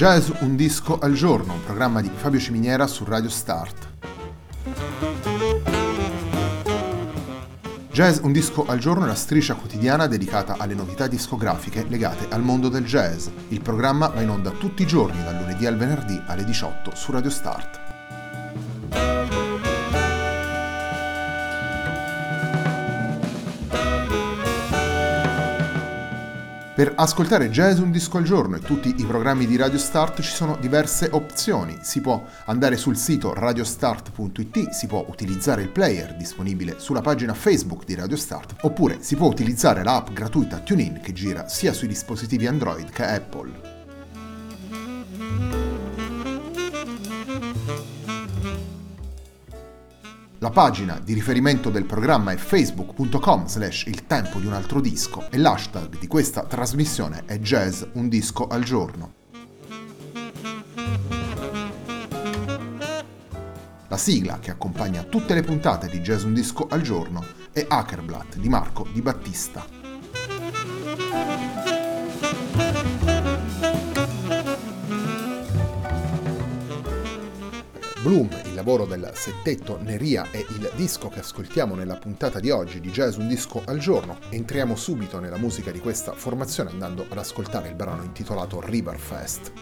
Jazz un disco al giorno, un programma di Fabio Ciminiera su Radio Start. Jazz un disco al giorno è la striscia quotidiana dedicata alle novità discografiche legate al mondo del jazz. Il programma va in onda tutti i giorni, dal lunedì al venerdì alle 18 su Radio Start. Per ascoltare Jazz un disco al giorno e tutti i programmi di Radio Start ci sono diverse opzioni. Si può andare sul sito radiostart.it, si può utilizzare il player disponibile sulla pagina Facebook di Radio Start, oppure si può utilizzare l'app gratuita TuneIn che gira sia sui dispositivi Android che Apple. La pagina di riferimento del programma è facebook.com/il tempo di un altro disco e l'hashtag di questa trasmissione è Jazz un disco al giorno. La sigla che accompagna tutte le puntate di Jazz un disco al giorno è Hackerblatt di Marco Di Battista. Bloom, il lavoro del settetto Neria, è il disco che ascoltiamo nella puntata di oggi di Jazz un disco al giorno. Entriamo subito nella musica di questa formazione andando ad ascoltare il brano intitolato Riverfest.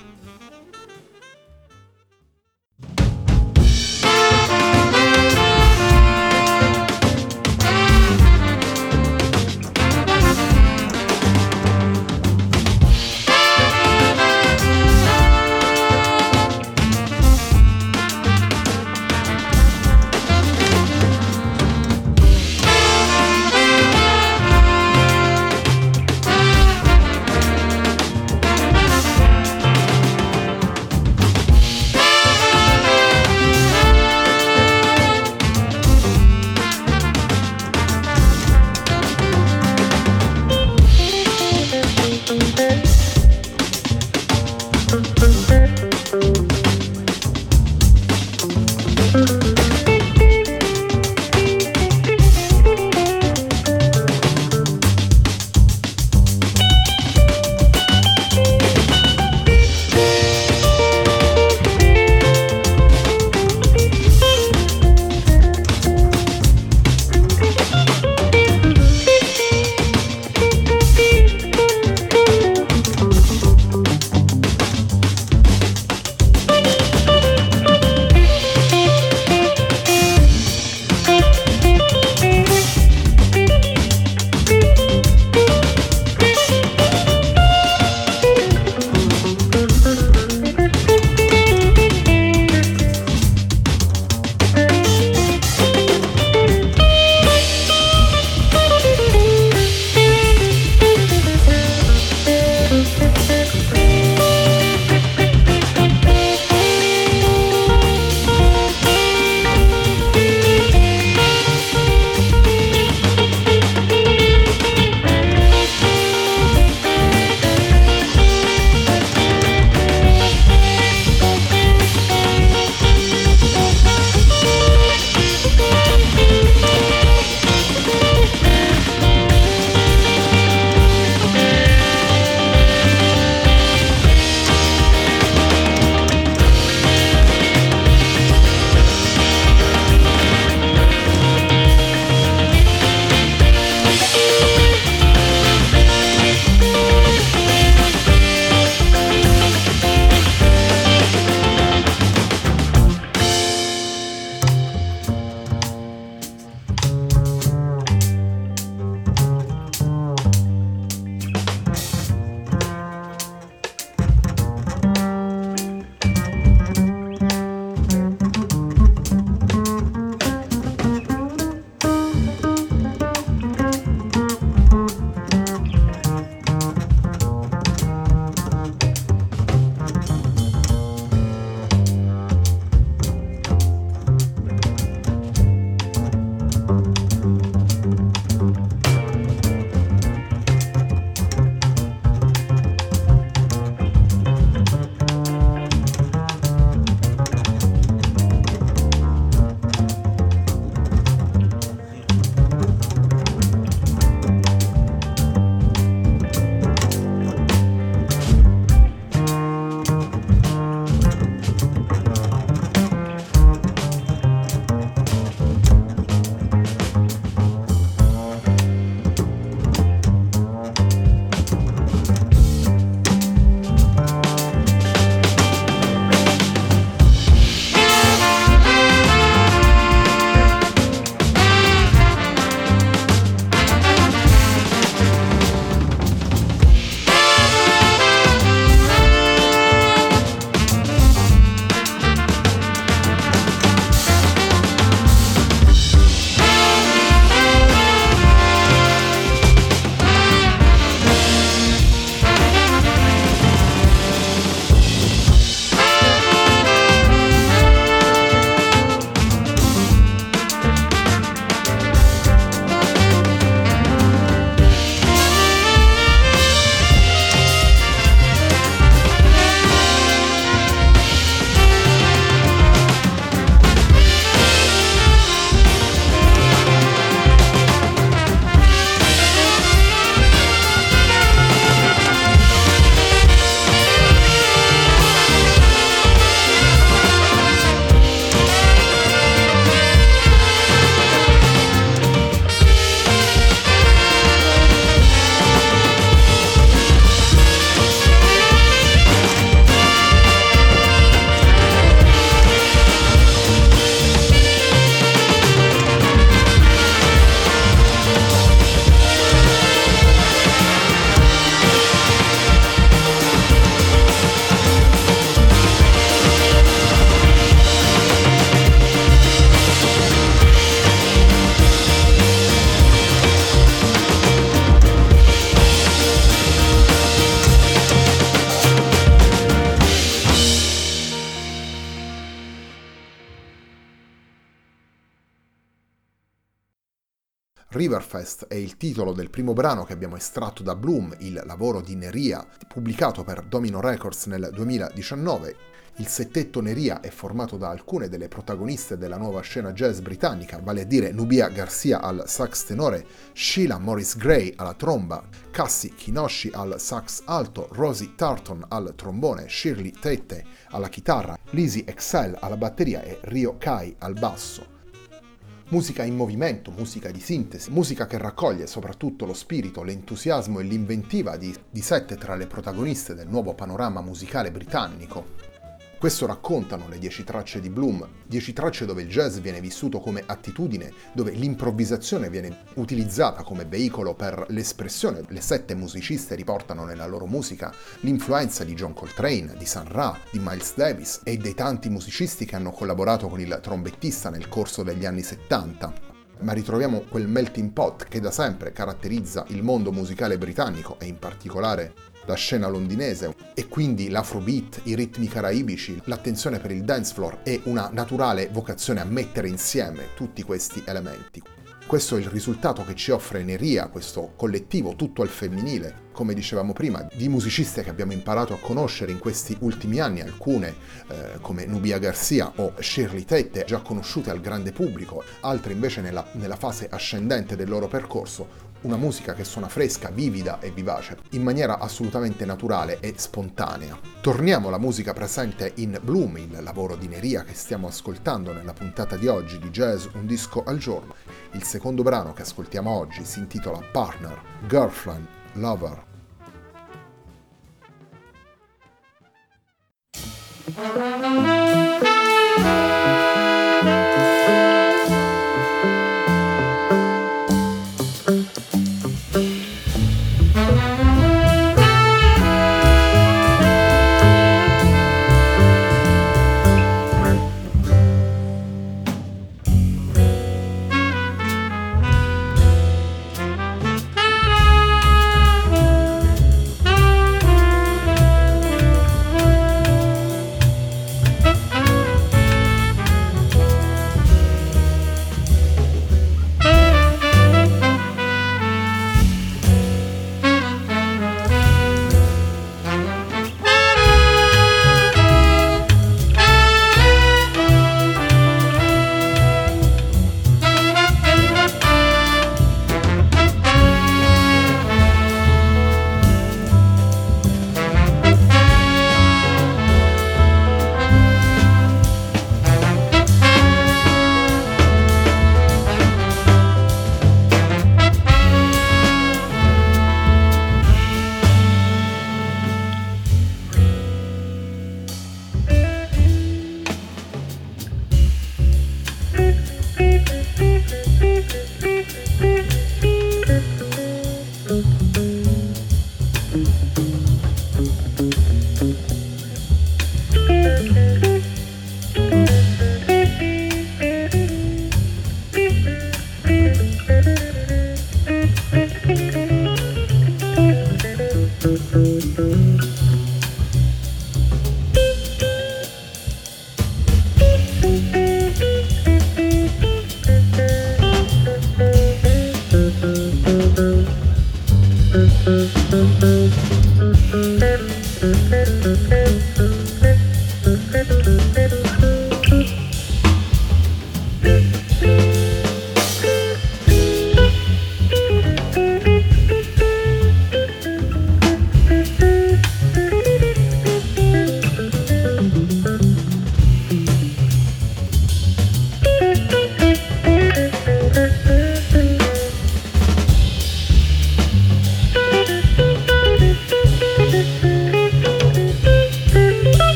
Riverfest è il titolo del primo brano che abbiamo estratto da Bloom, il lavoro di Neria, pubblicato per Domino Records nel 2019. Il settetto Neria è formato da alcune delle protagoniste della nuova scena jazz britannica, vale a dire Nubia Garcia al sax tenore, Sheila Morris Gray alla tromba, Cassie Kinoshi al sax alto, Rosie Tarton al trombone, Shirley Tate alla chitarra, Lizzie Excel alla batteria e Rio Kai al basso. Musica in movimento, musica di sintesi, musica che raccoglie soprattutto lo spirito, l'entusiasmo e l'inventiva di 7 tra le protagoniste del nuovo panorama musicale britannico. Questo raccontano le 10 tracce di Bloom, 10 tracce dove il jazz viene vissuto come attitudine, dove l'improvvisazione viene utilizzata come veicolo per l'espressione. Le 7 musiciste riportano nella loro musica l'influenza di John Coltrane, di Sun Ra, di Miles Davis e dei tanti musicisti che hanno collaborato con il trombettista nel corso degli anni 70. Ma ritroviamo quel melting pot che da sempre caratterizza il mondo musicale britannico e in particolare la scena londinese, e quindi l'afrobeat, i ritmi caraibici, l'attenzione per il dance floor e una naturale vocazione a mettere insieme tutti questi elementi. Questo è il risultato che ci offre Neria, questo collettivo tutto al femminile, come dicevamo prima, di musiciste che abbiamo imparato a conoscere in questi ultimi anni, alcune come Nubia Garcia o Shirley Tate, già conosciute al grande pubblico, altre invece nella fase ascendente del loro percorso. Una musica che suona fresca, vivida e vivace, in maniera assolutamente naturale e spontanea. Torniamo alla musica presente in Bloom, il lavoro di Neria che stiamo ascoltando nella puntata di oggi di Jazz Un Disco al Giorno. Il secondo brano che ascoltiamo oggi si intitola Partner, Girlfriend, Lover.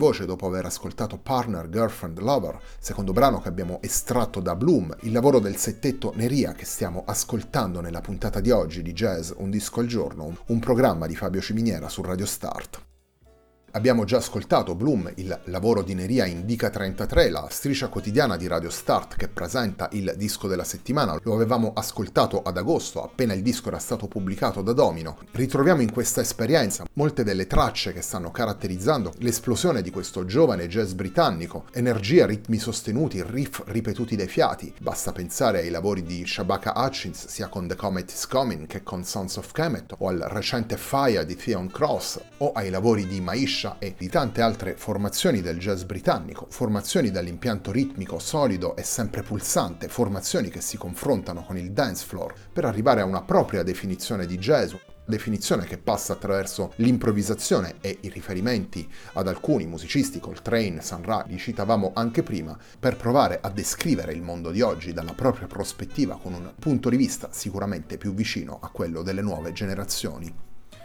voce dopo aver ascoltato Partner, Girlfriend, Lover, secondo brano che abbiamo estratto da Bloom, il lavoro del settetto Neria che stiamo ascoltando nella puntata di oggi di Jazz Un Disco al Giorno, un programma di Fabio Ciminiera su Radio Start. Abbiamo già ascoltato Bloom, il lavoro di Neria Indica 33, la striscia quotidiana di Radio Start che presenta il disco della settimana. Lo avevamo ascoltato ad agosto, appena il disco era stato pubblicato da Domino. Ritroviamo in questa esperienza molte delle tracce che stanno caratterizzando l'esplosione di questo giovane jazz britannico. Energia, ritmi sostenuti, riff ripetuti dai fiati. Basta pensare ai lavori di Shabaka Hutchins, sia con The Comet is Coming che con Sons of Kemet, o al recente Fire di Theon Cross, o ai lavori di Maisha e di tante altre formazioni del jazz britannico, formazioni dall'impianto ritmico solido e sempre pulsante, formazioni che si confrontano con il dance floor per arrivare a una propria definizione di jazz, definizione che passa attraverso l'improvvisazione e i riferimenti ad alcuni musicisti, Coltrane, Sun Ra, li citavamo anche prima, per provare a descrivere il mondo di oggi dalla propria prospettiva con un punto di vista sicuramente più vicino a quello delle nuove generazioni.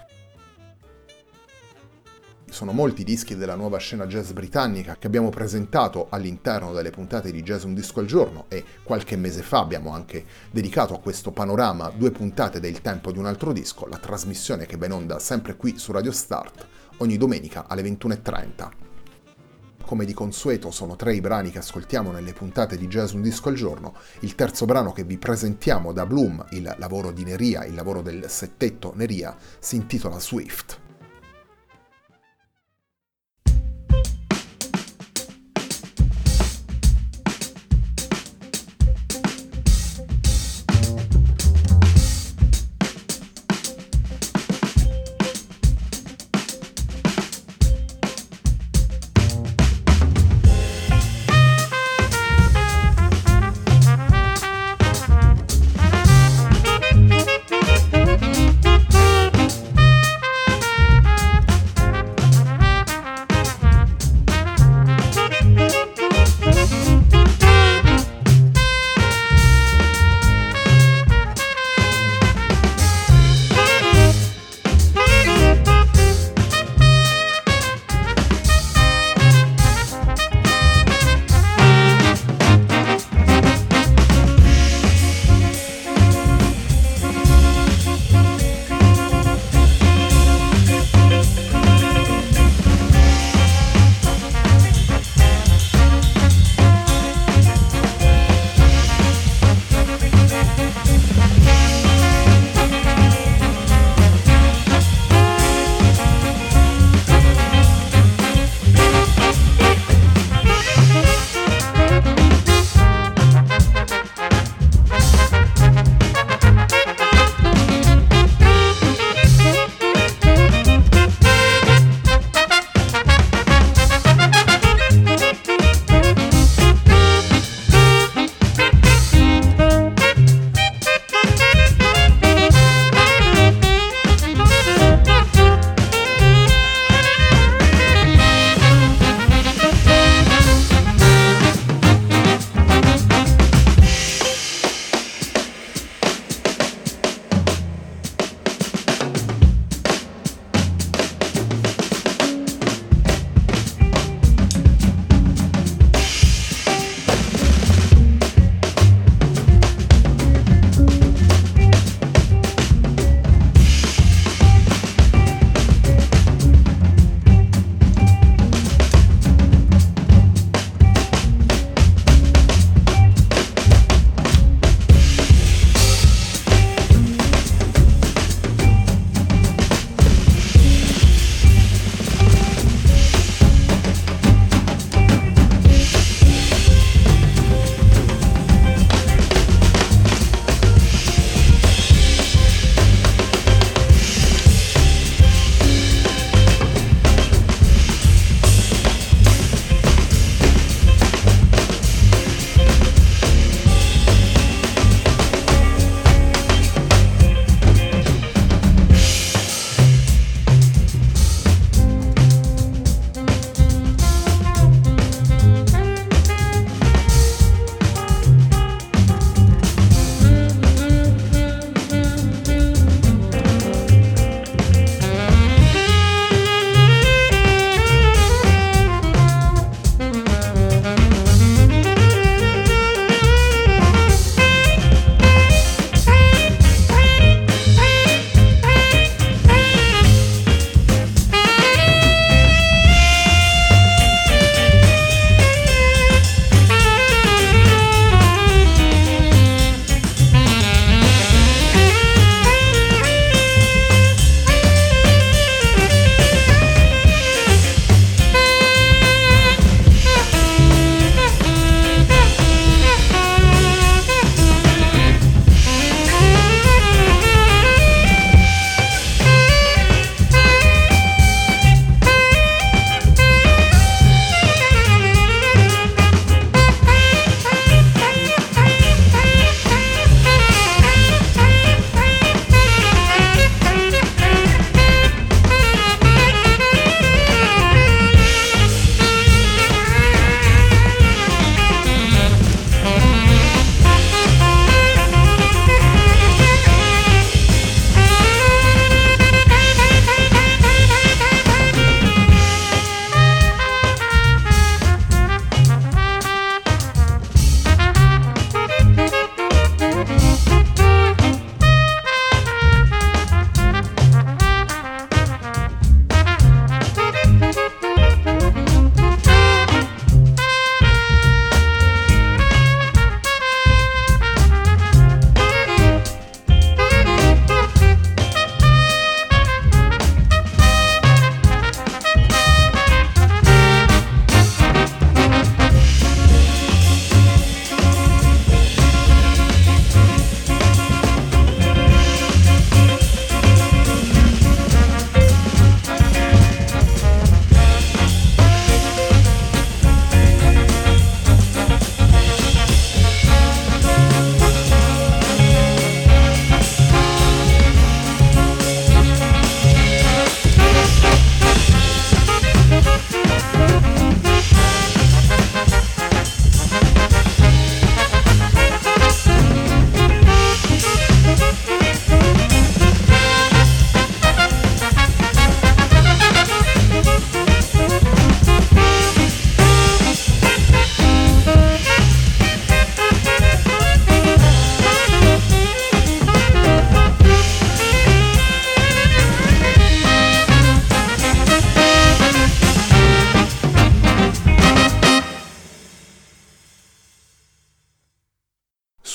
Sono molti dischi della nuova scena jazz britannica che abbiamo presentato all'interno delle puntate di Jazz Un Disco al Giorno e qualche mese fa abbiamo anche dedicato a questo panorama 2 puntate del Tempo di un altro disco, la trasmissione che va in onda sempre qui su Radio Start ogni domenica alle 21:30. Come di consueto sono 3 i brani che ascoltiamo nelle puntate di Jazz Un Disco al Giorno. Il terzo brano che vi presentiamo da Bloom, il lavoro di Neria, il lavoro del settetto Neria, si intitola Swift.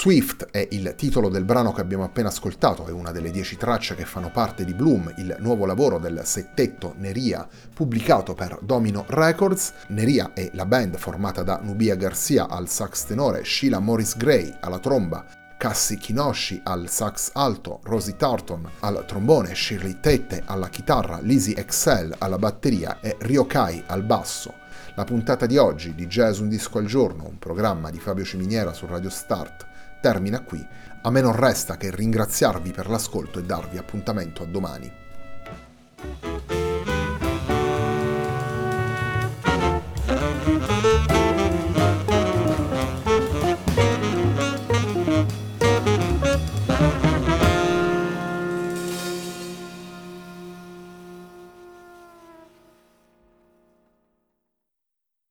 Swift è il titolo del brano che abbiamo appena ascoltato, è una delle 10 tracce che fanno parte di Bloom, il nuovo lavoro del settetto Neria pubblicato per Domino Records. Neria è la band formata da Nubia Garcia al sax tenore, Sheila Morris Gray alla tromba, Cassie Kinoshi al sax alto, Rosie Tarton al trombone, Shirley Tette alla chitarra, Lizzie Excel alla batteria e Ryokai al basso. La puntata di oggi di Jazz Un Disco al Giorno, un programma di Fabio Ciminiera su Radio Start, termina qui. A me non resta che ringraziarvi per l'ascolto e darvi appuntamento a domani.